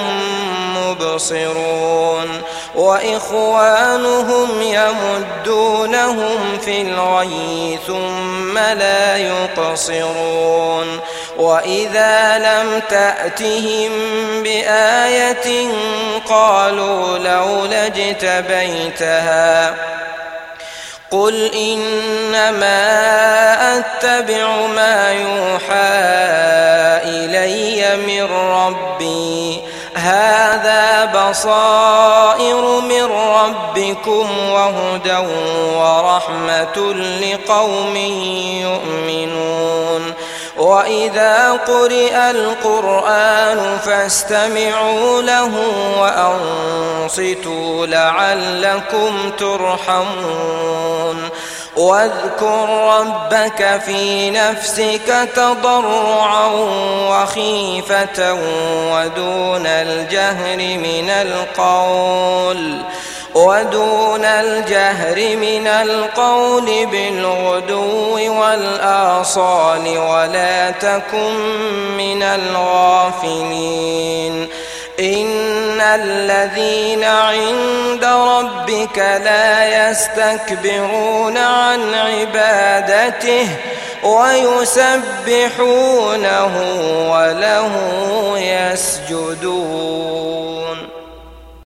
مبصرون وإخوانهم يمدونهم في الغي ثم لا يقصرون وإذا لم تأتهم بآية قالوا لولا اجتبيتها قل إنما أتبع ما يوحى إلي من ربي هذا بصائر من ربكم وهدى ورحمة لقوم يؤمنون وإذا قرئ القرآن فاستمعوا له وأنصتوا لعلكم ترحمون واذكر ربك في نفسك تضرعا وخيفة ودون الجهر من القول بالغدو والآصال ولا تكن من الغافلين إن الذين عند ربك لا يستكبرون عن عبادته ويسبحونه وله يسجدون.